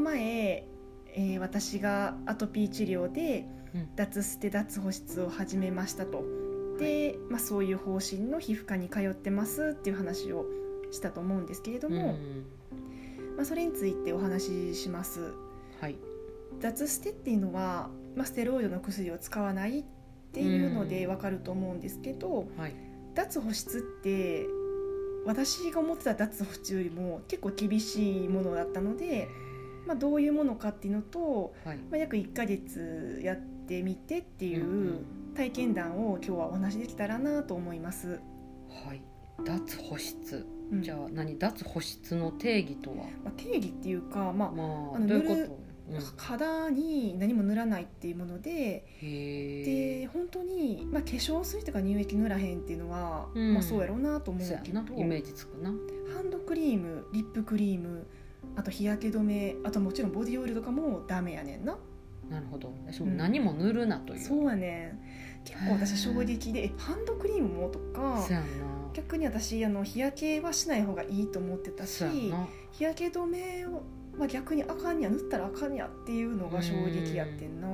前、私がアトピー治療で脱ステ脱保湿を始めましたと。で、そういう方針の皮膚科に通ってますっていう話をしたと思うんですけれども、それについてお話しします。 はい、 脱ステっていうのは、ステロイドの薬を使わないっていうので分かると思うんですけど、脱保湿って私が思ってた脱保湿よりも結構厳しいものだったので、どういうものかっていうのと、約1ヶ月やってみてっていう体験談を今日はお話しできたらなと思います。 はい、脱保湿、じゃあ脱保湿の定義とは？ 定義っていうか、 どういうこと？ 肌に何も塗らないっていうもので、で本当に、化粧水とか乳液塗らへんっていうのは、そうやろうなと思うけど、 イメージつくな。 ハンドクリーム、リップクリーム、あと日焼け止め、あともちろんボディオイルとかもダメやねんな。 なるほど。何も塗るなという、 そうやねん。結構私衝撃で、ハンドクリームもとか、 そうやな。 逆に私日焼けはしない方がいいと思ってたし、日焼け止めを逆にあかんにゃ、塗ったらあかんにゃっていうのが衝撃やってんな。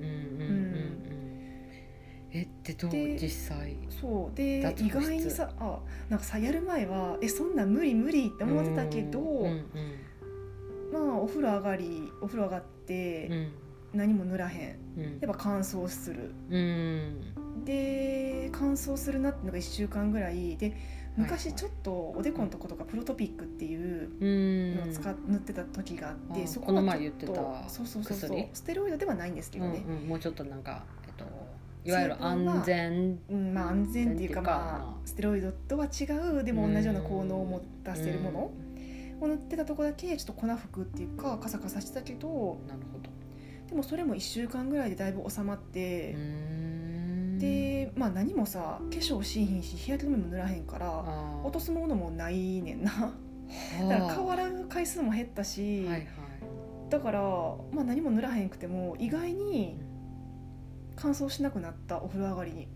ってどう実際？ そうで、意外にさ、なんかさ、やる前はそんな無理って思ってたけど、お風呂上がって、何も塗らへん、やっぱ乾燥する、で乾燥するなっていうのが1週間ぐらいで、昔ちょっとおでこのとことかプロトピックっていうのを塗ってた時があって、そこはちょっとこの前言ってたそうステロイドではないんですけどね、 もうちょっとなんか、いわゆる安全、 安全っていうか、ステロイドとは違う、でも同じような効能を持たせるものを塗ってたとこだけちょっと粉吹くっていうかカサカサしてたけど、 なるほど。 でもそれも1週間ぐらいでだいぶ収まって、で、何もさ、化粧しひんし日焼け止めも塗らへんから落とすものもないねんな。だから顔洗う回数も減ったし、だから、何も塗らへんくても意外に乾燥しなくなった、お風呂上がりに。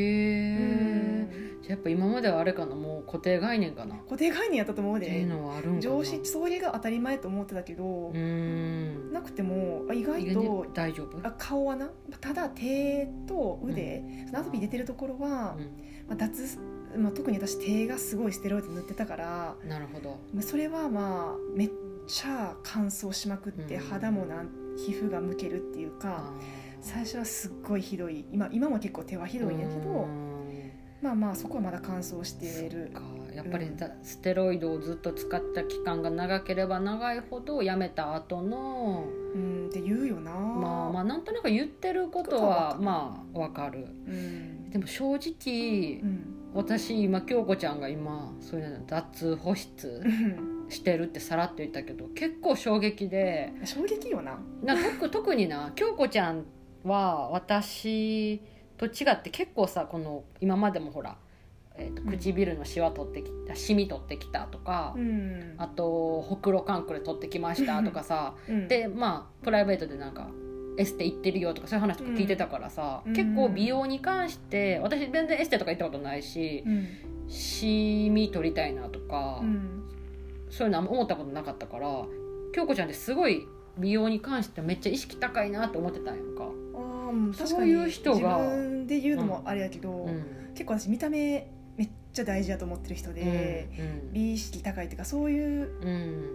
じゃあやっぱ今まではあれかな、もう固定概念かな。 固定概念やったと思うで、 っていうのはあるんかな。 常識、それが当たり前と思ってたけど、なくても意外と大丈夫。 顔はな、ただ手と腕、アトピー出てるところは、特に私手がすごいステロイド塗ってたから、 なるほど。 それはめっちゃ乾燥しまくって、肌も皮膚がむけるっていうか、最初はすっごいひどい、今も結構手はひどいんやけど、そこはまだ乾燥してる。 やっぱりステロイドをずっと使った期間が長ければ長いほどやめた後のって言うよな。 なんとなく言ってることは分かる、でも正直、私今京子ちゃんが今そういうの脱保湿してるってさらっと言ったけど、結構衝撃で、 衝撃よな。 特にな、京子ちゃんは私と違って結構さ、この今までもほら、唇のシワ取ってきた、シミ取ってきたとか、あとほくろカンクル取ってきましたとかさ、でプライベートでなんかエステ行ってるよとかそういう話とか聞いてたからさ、結構美容に関して私全然エステとか行ったことないし、シミ取りたいなとか、そういうの思ったことなかったから、京子ちゃんってすごい美容に関してめっちゃ意識高いなと思ってたんやんか。そういう人が自分で言うのもあれやけど、結構私見た目めっちゃ大事だと思ってる人で、美意識高いっていうか、そういう、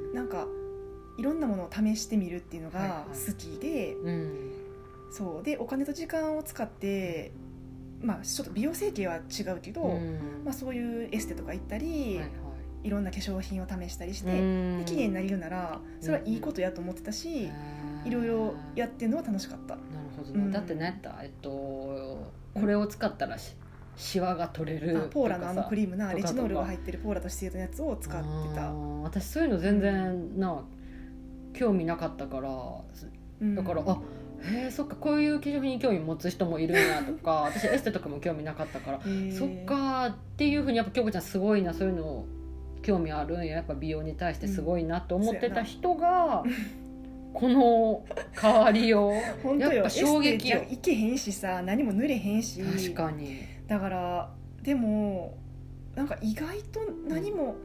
なんかいろんなものを試してみるっていうのが好きで、そうでお金と時間を使って、ちょっと美容整形は違うけど、そういうエステとか行ったり、いろんな化粧品を試したりして、で綺麗になれるならそれはいいことやと思ってたし、いろいろやってるのは楽しかった。 なるほど、だってね、これを使ったらシワが取れるとかさ、 ポーラのクリームな、レチノールが入ってるポーラとシテートのやつを使ってた。 私そういうの全然興味なかったから、だからそっか、こういう化粧品に興味持つ人もいるんやとか私エステとかも興味なかったから、そっかっていうふうに、やっぱ京子ちゃんすごいな、そういうの興味あるんや、やっぱ美容に対してすごいなと思ってた人が、この変わりをやっぱ衝撃よ。 エステ行けへんしさ、何も塗れへんし。 確かに。 だからでもなんか意外と何も、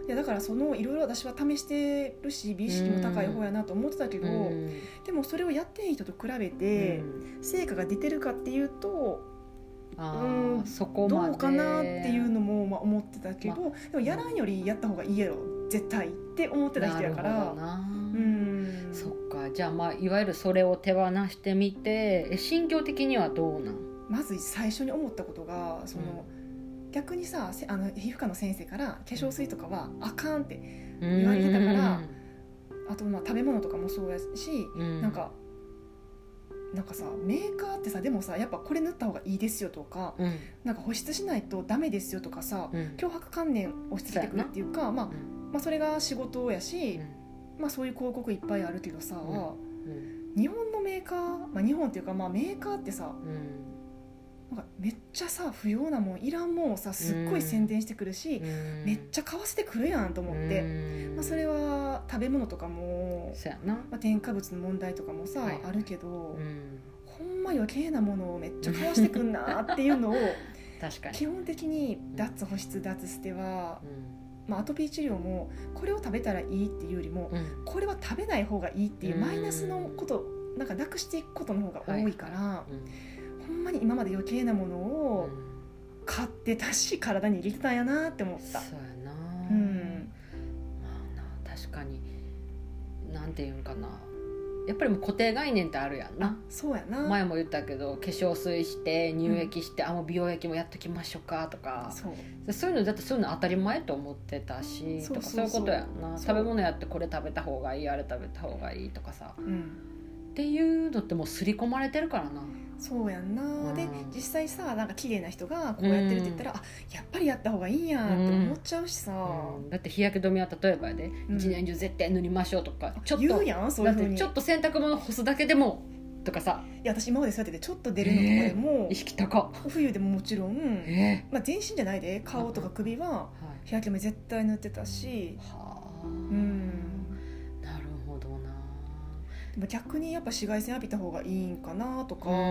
いやだからそのいろいろ私は試してるし美意識も高い方やなと思ってたけど、でもそれをやっていい人と比べて成果が出てるかっていうと、 そこまでどうかなっていうのも思ってたけど、でもやらんよりやった方がいいやろ絶対って思ってた人やから。 そっか。じゃあいわゆるそれを手放してみて心境的にはどうなん？ まず最初に思ったことが逆にさ皮膚科の先生から化粧水とかはあかんって言われてたから、あと食べ物とかもそうやし、なんかさメーカーってさでもさやっぱこれ塗った方がいいですよとか、なんか保湿しないとダメですよとかさ、強迫観念をしつけてくるっていうか、それが仕事やし、そういう広告いっぱいあるけどさ、日本のメーカー、日本っていうかメーカーってさ、なんかめっちゃさ不要なもんいらんもんをさすっごい宣伝してくるし、めっちゃ買わせてくるやんと思って、それは食べ物とかも、添加物の問題とかもさ、あるけど、ほんま余計なものをめっちゃ買わせてくんなっていうのを確かに基本的に脱保湿脱捨ては、アトピー治療もこれを食べたらいいっていうよりも、これは食べない方がいいっていうマイナスのことなんかなくしていくことの方が多いから、ほんまに今まで余計なものを買ってたし、体に入れてたんやなって思った。 そうやな、確かになんていうんかな、やっぱりもう固定概念ってあるやんな。 そうやな。 前も言ったけど化粧水して乳液して、もう美容液もやっときましょうかとか、そういうのだってそういうの当たり前と思ってたし、とかそういうことやんな。食べ物やってこれ食べた方がいいあれ食べた方がいいとかさ、っていうのってもう刷り込まれてるからな。 そうやんな、で実際さなんか綺麗な人がこうやってるって言ったら、やっぱりやった方がいいやんって思っちゃうしさ、 だって日焼け止めは例えばで、一年中絶対塗りましょうとか、ちょっと言うやんそういう風に。 だってちょっと洗濯物干すだけでもとかさ。 いや私今までそうやっててちょっと出るのとかでも、 意識高っ。 冬でももちろん、全身じゃないで顔とか首は日焼け止め絶対塗ってたし、でも逆にやっぱ紫外線浴びた方がいいんかなとか、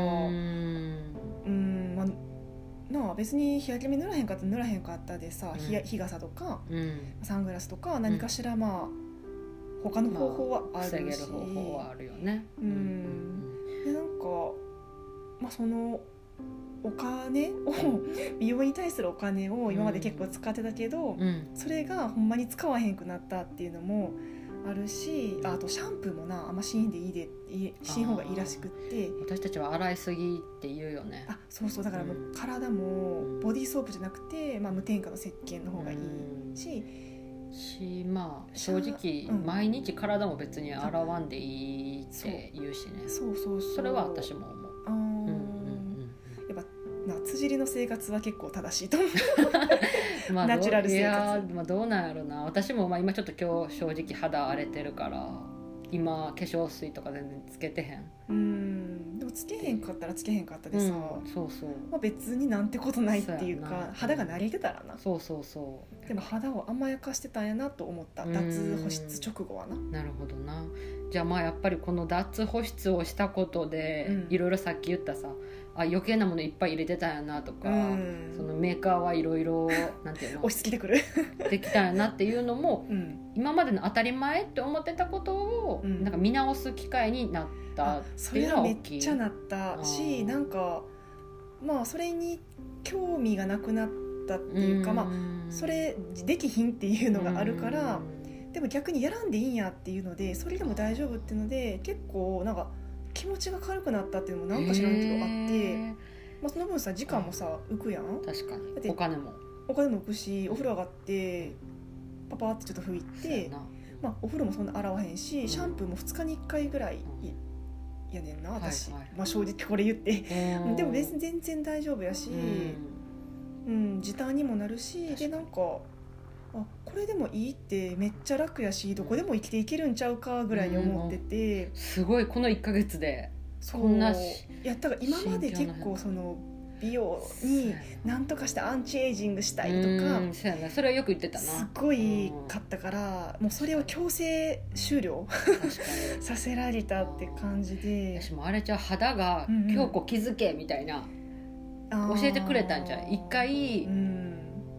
別に日焼け止め塗らへんかったら塗らへんかったでさ、日傘とか、サングラスとか何かしら他の方法はあるし、 防げる方法はあるよね。 でなんかそのお金を美容に対するお金を今まで結構使ってたけど、それがほんまに使わへんくなったっていうのもあるし、あとシャンプーもあんましんでいいしん方がいいらしくって、 私たちは洗いすぎって言うよね。 そうだからもう体もボディーソープじゃなくて、無添加の石鹸の方がいいし、正直毎日体も別に洗わんでいいって言うしね。それは私も思う。 やっぱ辻りの生活は結構正しいと思うナチュラル生活。 どうなんやろな。私も今ちょっと今日正直肌荒れてるから今化粧水とか全然つけてへん。 でもつけへんかったらつけへんかったでさ、別になんてことないっていうか、肌が慣れてたらな。でも肌を甘やかしてたんやなと思った、脱保湿直後はな。 なるほどな。じゃあやっぱりこの脱保湿をしたことで、いろいろさっき言ったさ、余計なものいっぱい入れてたんやなとか、そのメーカーはいろいろなんていうの押し付けてくるできたんやなっていうのも、今までの当たり前って思ってたことを、なんか見直す機会になったっていうのは大きい。 それはめっちゃなったし、なんかそれに興味がなくなったっていうか、それできひんっていうのがあるから、でも逆にやらんでいいんやっていうので、それでも大丈夫っていうので結構なんか気持ちが軽くなったっていうのもなんか知らんけどあって、その分さ時間もさ浮くやん。 確かにお金も浮くし、お風呂上がってパパってちょっと拭いて、お風呂もそんな洗わへんし、シャンプーも2日に1回ぐらいやねんな私、正直これ言ってでも別に全然大丈夫やし、時短にもなるし、でなんかこれでもいいってめっちゃ楽やし、どこでも生きていけるんちゃうかぐらいに思ってて、 すごいこの1ヶ月でこんなやったが今まで結構その美容に何とかしてアンチエイジングしたいとか、 それはよく言ってたな。 すごいかったから、もうそれを強制終了させられたって感じで、 私もあれじゃ肌が京子気づけみたいな教えてくれたんじゃん。一回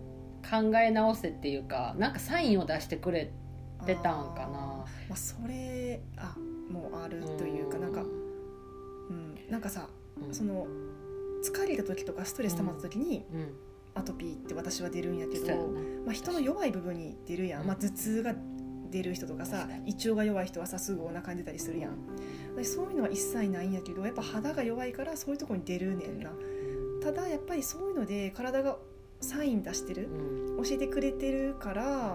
考え直せっていうか、なんかサインを出してくれてたんかな。 まあ、それもうあるというか、なんか、なんかさ、その疲れた時とかストレス溜まった時に、アトピーって私は出るんやけど、まあ、人の弱い部分に出るやん、まあ、頭痛が出る人とかさ、胃腸が弱い人はさすぐお腹に出たりするやん。そういうのは一切ないんやけど、やっぱ肌が弱いからそういうところに出るねんな。ただやっぱりそういうので体がサイン出してる、教えてくれてるから、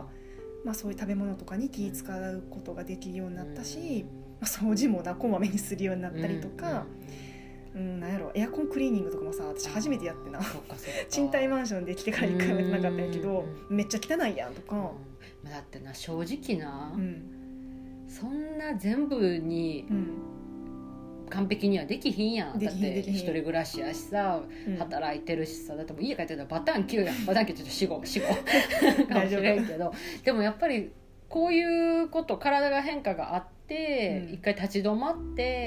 まあ、そういう食べ物とかに気使うことができるようになったし、まあ、掃除もこまめにするようになったりとか、なんやろ、エアコンクリーニングとかもさ、私初めてやってな、賃貸マンションで来てから1回もやってなかったんやけど、めっちゃ汚いやんとか、 だってな、正直な、そんな全部に完璧にはできひんやん。だって一人暮らしやしさ、働いてるしさ、だってもう家帰ってたらバタン9やん。バタン9ちょっと死後かもしれんけど、でもやっぱりこういうこと、体が変化があって、一回立ち止まって、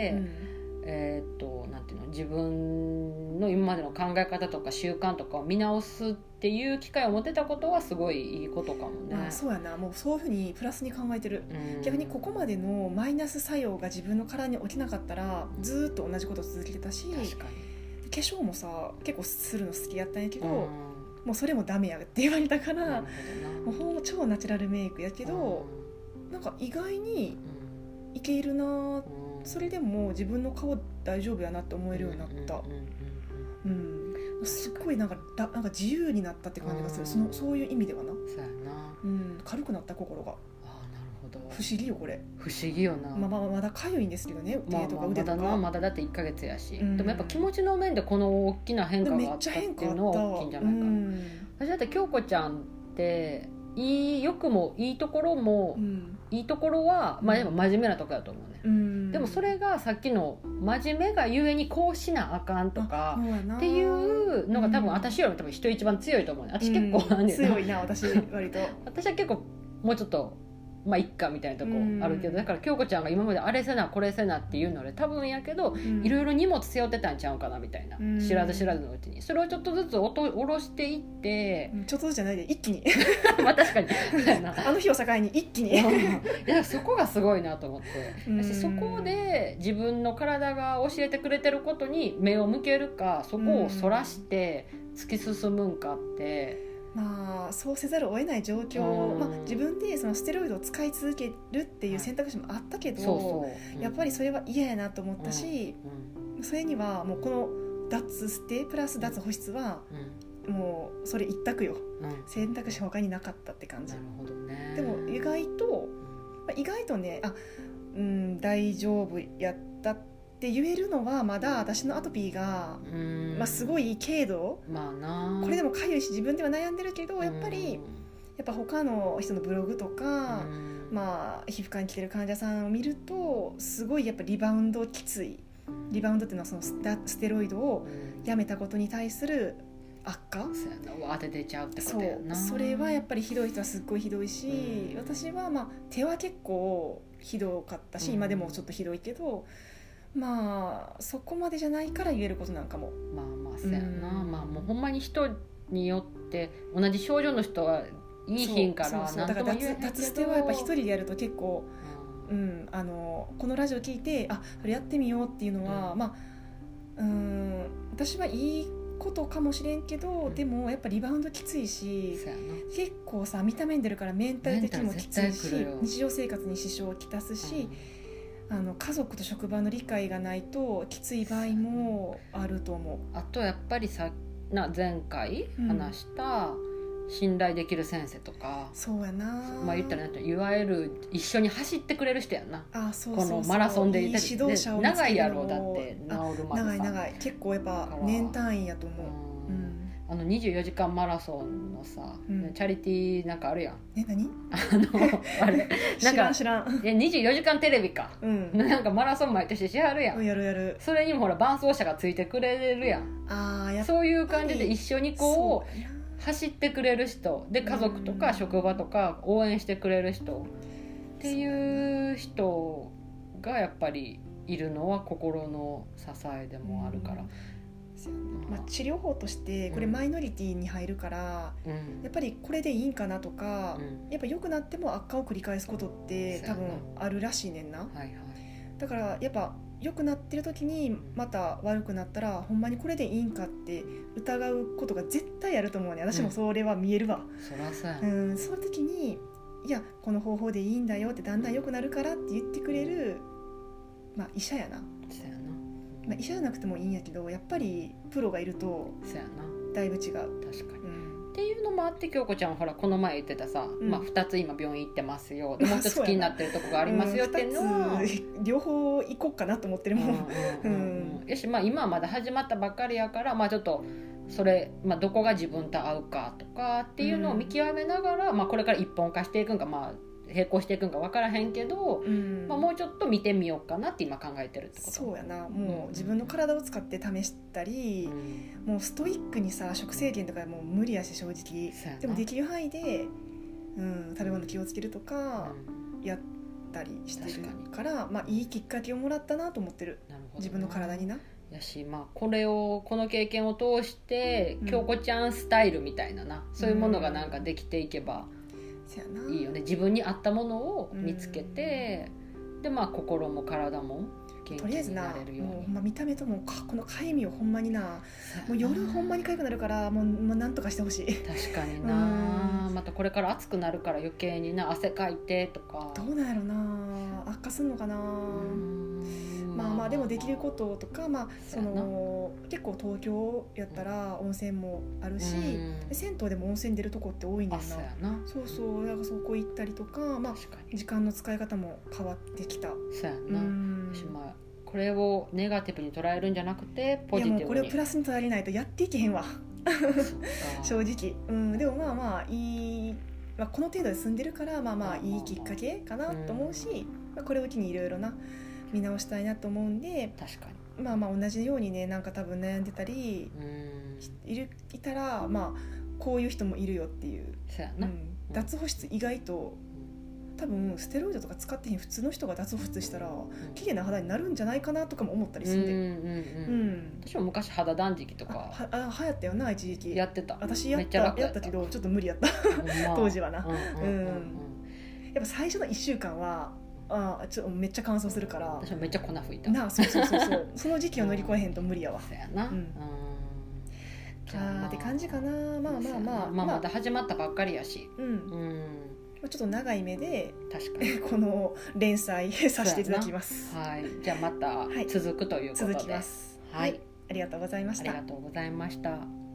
なんていうの、自分の今までの考え方とか習慣とかを見直すっていう機会を持てたことはすごいいいことかもね。 そうやな、もうそういうふうにプラスに考えてる。逆にここまでのマイナス作用が自分の体に起きなかったら、ずっと同じことを続けてたし、化粧もさ結構するの好きやったんやけど、もうそれもダメやって言われたから、もう超ナチュラルメイクやけど、なんか意外にいけるな、それでも自分の顔大丈夫やなって思えるようになった。すっごいなんか自由になったって感じがする。そういう意味ではな。 そうやな。 軽くなった心が。 なるほど。 不思議よこれ。 不思議よな。 まだ痒いんですけどね、手とか腕とか。 まだだって1ヶ月やし。でもやっぱ気持ちの面でこの大きな変化があったっていうのは大きいんじゃないかな。私だって京子ちゃんって良くもいいところも、いいところは、まあ、でも真面目なところだと思うね。でもそれがさっきの真面目がゆえにこうしなあかんとかっていうのが多分私よりも多分人一番強いと思うね。私結構強いな、私割と私は結構もうちょっとまあいっかみたいなとこあるけど、だから京子ちゃんが今まであれせなこれせなっていうので多分やけど、いろいろ荷物背負ってたんちゃうかなみたいな、知らず知らずのうちにそれをちょっとずつ下ろしていって、 ちょっとずつじゃないで一気にまあ確かにあの日を境に一気にいやそこがすごいなと思って、そこで自分の体が教えてくれてることに目を向けるか、そこをそらして突き進むんかって、 まあ、そうせざるを得ない状況、自分でそのステロイドを使い続けるっていう選択肢もあったけど、やっぱりそれは嫌やなと思ったし、それにはもうこの脱ステプラス脱保湿はもうそれ一択よ、選択肢他になかったって感じ。 なるほどね。 でも意外とね、大丈夫やったって言えるのは、まだ私のアトピーが、すごい軽度、これでもかゆいし自分では悩んでるけど、やっぱ他の人のブログとか、皮膚科に来てる患者さんを見るとすごいやっぱリバウンドきつい。リバウンドっていうのはそのステロイドをやめたことに対する悪化、 当ててちゃうってことやな。 それはやっぱりひどい人はすっごいひどいし、私は手は結構ひどかったし、今でもちょっとひどいけど、そこまでじゃないから言えることなんかも。 そうやな。もうほんまに人によって同じ症状の人はいいひんから、 だから脱ステはやっぱ一人でやると結構、このラジオ聞いてそれやってみようっていうのは、私はいいことかもしれんけど、でもやっぱリバウンドきついし、結構さ見た目に出るからメンタル的にもきついし、日常生活に支障をきたすし、家族と職場の理解がないときつい場合もあると思う。 あとやっぱり前回話した信頼できる先生とか、 そうやな、 言ったらいわゆる一緒に走ってくれる人やな。 このマラソンでいい指導者を長いやろう、だって治るまでさ長い結構やっぱ年単位やと思う。 24時間マラソンのさ、チャリティーなんかあるやん。 何あれなんか知らん 24時間テレビか、なんかマラソン毎年しはるやん。 やるそれにもほら伴走者がついてくれるやん。そういう感じで一緒にこう走ってくれる人で、家族とか職場とか応援してくれる人っていう人がやっぱりいるのは心の支えでもあるから、 まあ、治療法としてこれマイノリティに入るから、やっぱりこれでいいんかなとか、やっぱ良くなっても悪化を繰り返すことって多分あるらしいねんな、だからやっぱ良くなってる時にまた悪くなったらほんまにこれでいいんかって疑うことが絶対あると思うね。私もそれは見えるわ、その時にいやこの方法でいいんだよってだんだん良くなるからって言ってくれる、まあ、医者やな。まあ、医者じゃなくてもいいんやけどやっぱりプロがいるとだいぶ違う。 確かに、っていうのもあって京子ちゃんほらこの前言ってたさ、まあ、2つ今病院行ってますよ、もう一つ気になってるとこがありますよっていうのは、 両方行こうかなと思ってるもん。 よし、まあ、今はまだ始まったばっかりやから、まあ、ちょっとそれ、まあ、どこが自分と合うかとかっていうのを見極めながら、まあ、これから一本化していくんか、まあ並行していくんか分からへんけど、まあ、もうちょっと見てみようかなって今考えてるってこと。 そうやな、もう自分の体を使って試したり、もうストイックにさ食制限とかもう無理やし正直。でもできる範囲で、食べ物気をつけるとかやったりしてるから、まあ、いいきっかけをもらったなと思ってる。自分の体になやし、まあ、この経験を通して京子ちゃんスタイルみたいなな、そういうものがなんかできていけばいいよね。自分に合ったものを見つけて、でまあ心も体も元気になれるように。 もうほんま見た目ともこのかゆみをほんまにな、もう夜ほんまにかゆくなるからもうなんとかしてほしい。 確かにな、またこれから暑くなるから余計にな汗かいてとか。 どうなんやろな、悪化すんのかな。まあまあでもできることとか、まあ、その結構東京やったら温泉もあるし、銭湯でも温泉出るとこって多いねんな。そうそう、なんかそこ行ったりとか、まあ、時間の使い方も変わってきた。 そうやな、まあ、これをネガティブに捉えるんじゃなくてポジティブに。いやもうこれをプラスに捉えないとやっていけへんわ正直、でもまあまあいい、まあ、この程度で済んでるからまあまあいいきっかけかなと思うし、まあ、これを機にいろいろな見直したいなと思うんで、 確かにまあまあ同じようにね、なんか多分悩んでたりいたら、まあこういう人もいるよっていう。 そうやな、 脱保湿意外と多分ステロイドとか使ってへん普通の人が脱保湿したら綺麗な肌になるんじゃないかなとかも思ったりするんで、 私も昔肌断食とか流行ったよな一時期。 やってた。 私やったけどちょっと無理やった当時はな。やっぱ最初の1週間はちょっとめっちゃ乾燥するから、 私もめっちゃ粉吹いたな。そうその時期を乗り越えへんと無理やわ。 そうやな、 って感じかな。まあまだ始まったばっかりやし、 ちょっと長い目で確かにこの連載させていただきます。 はい、じゃあまた続くということで、 続きます。はい、ありがとうございました。 ありがとうございました。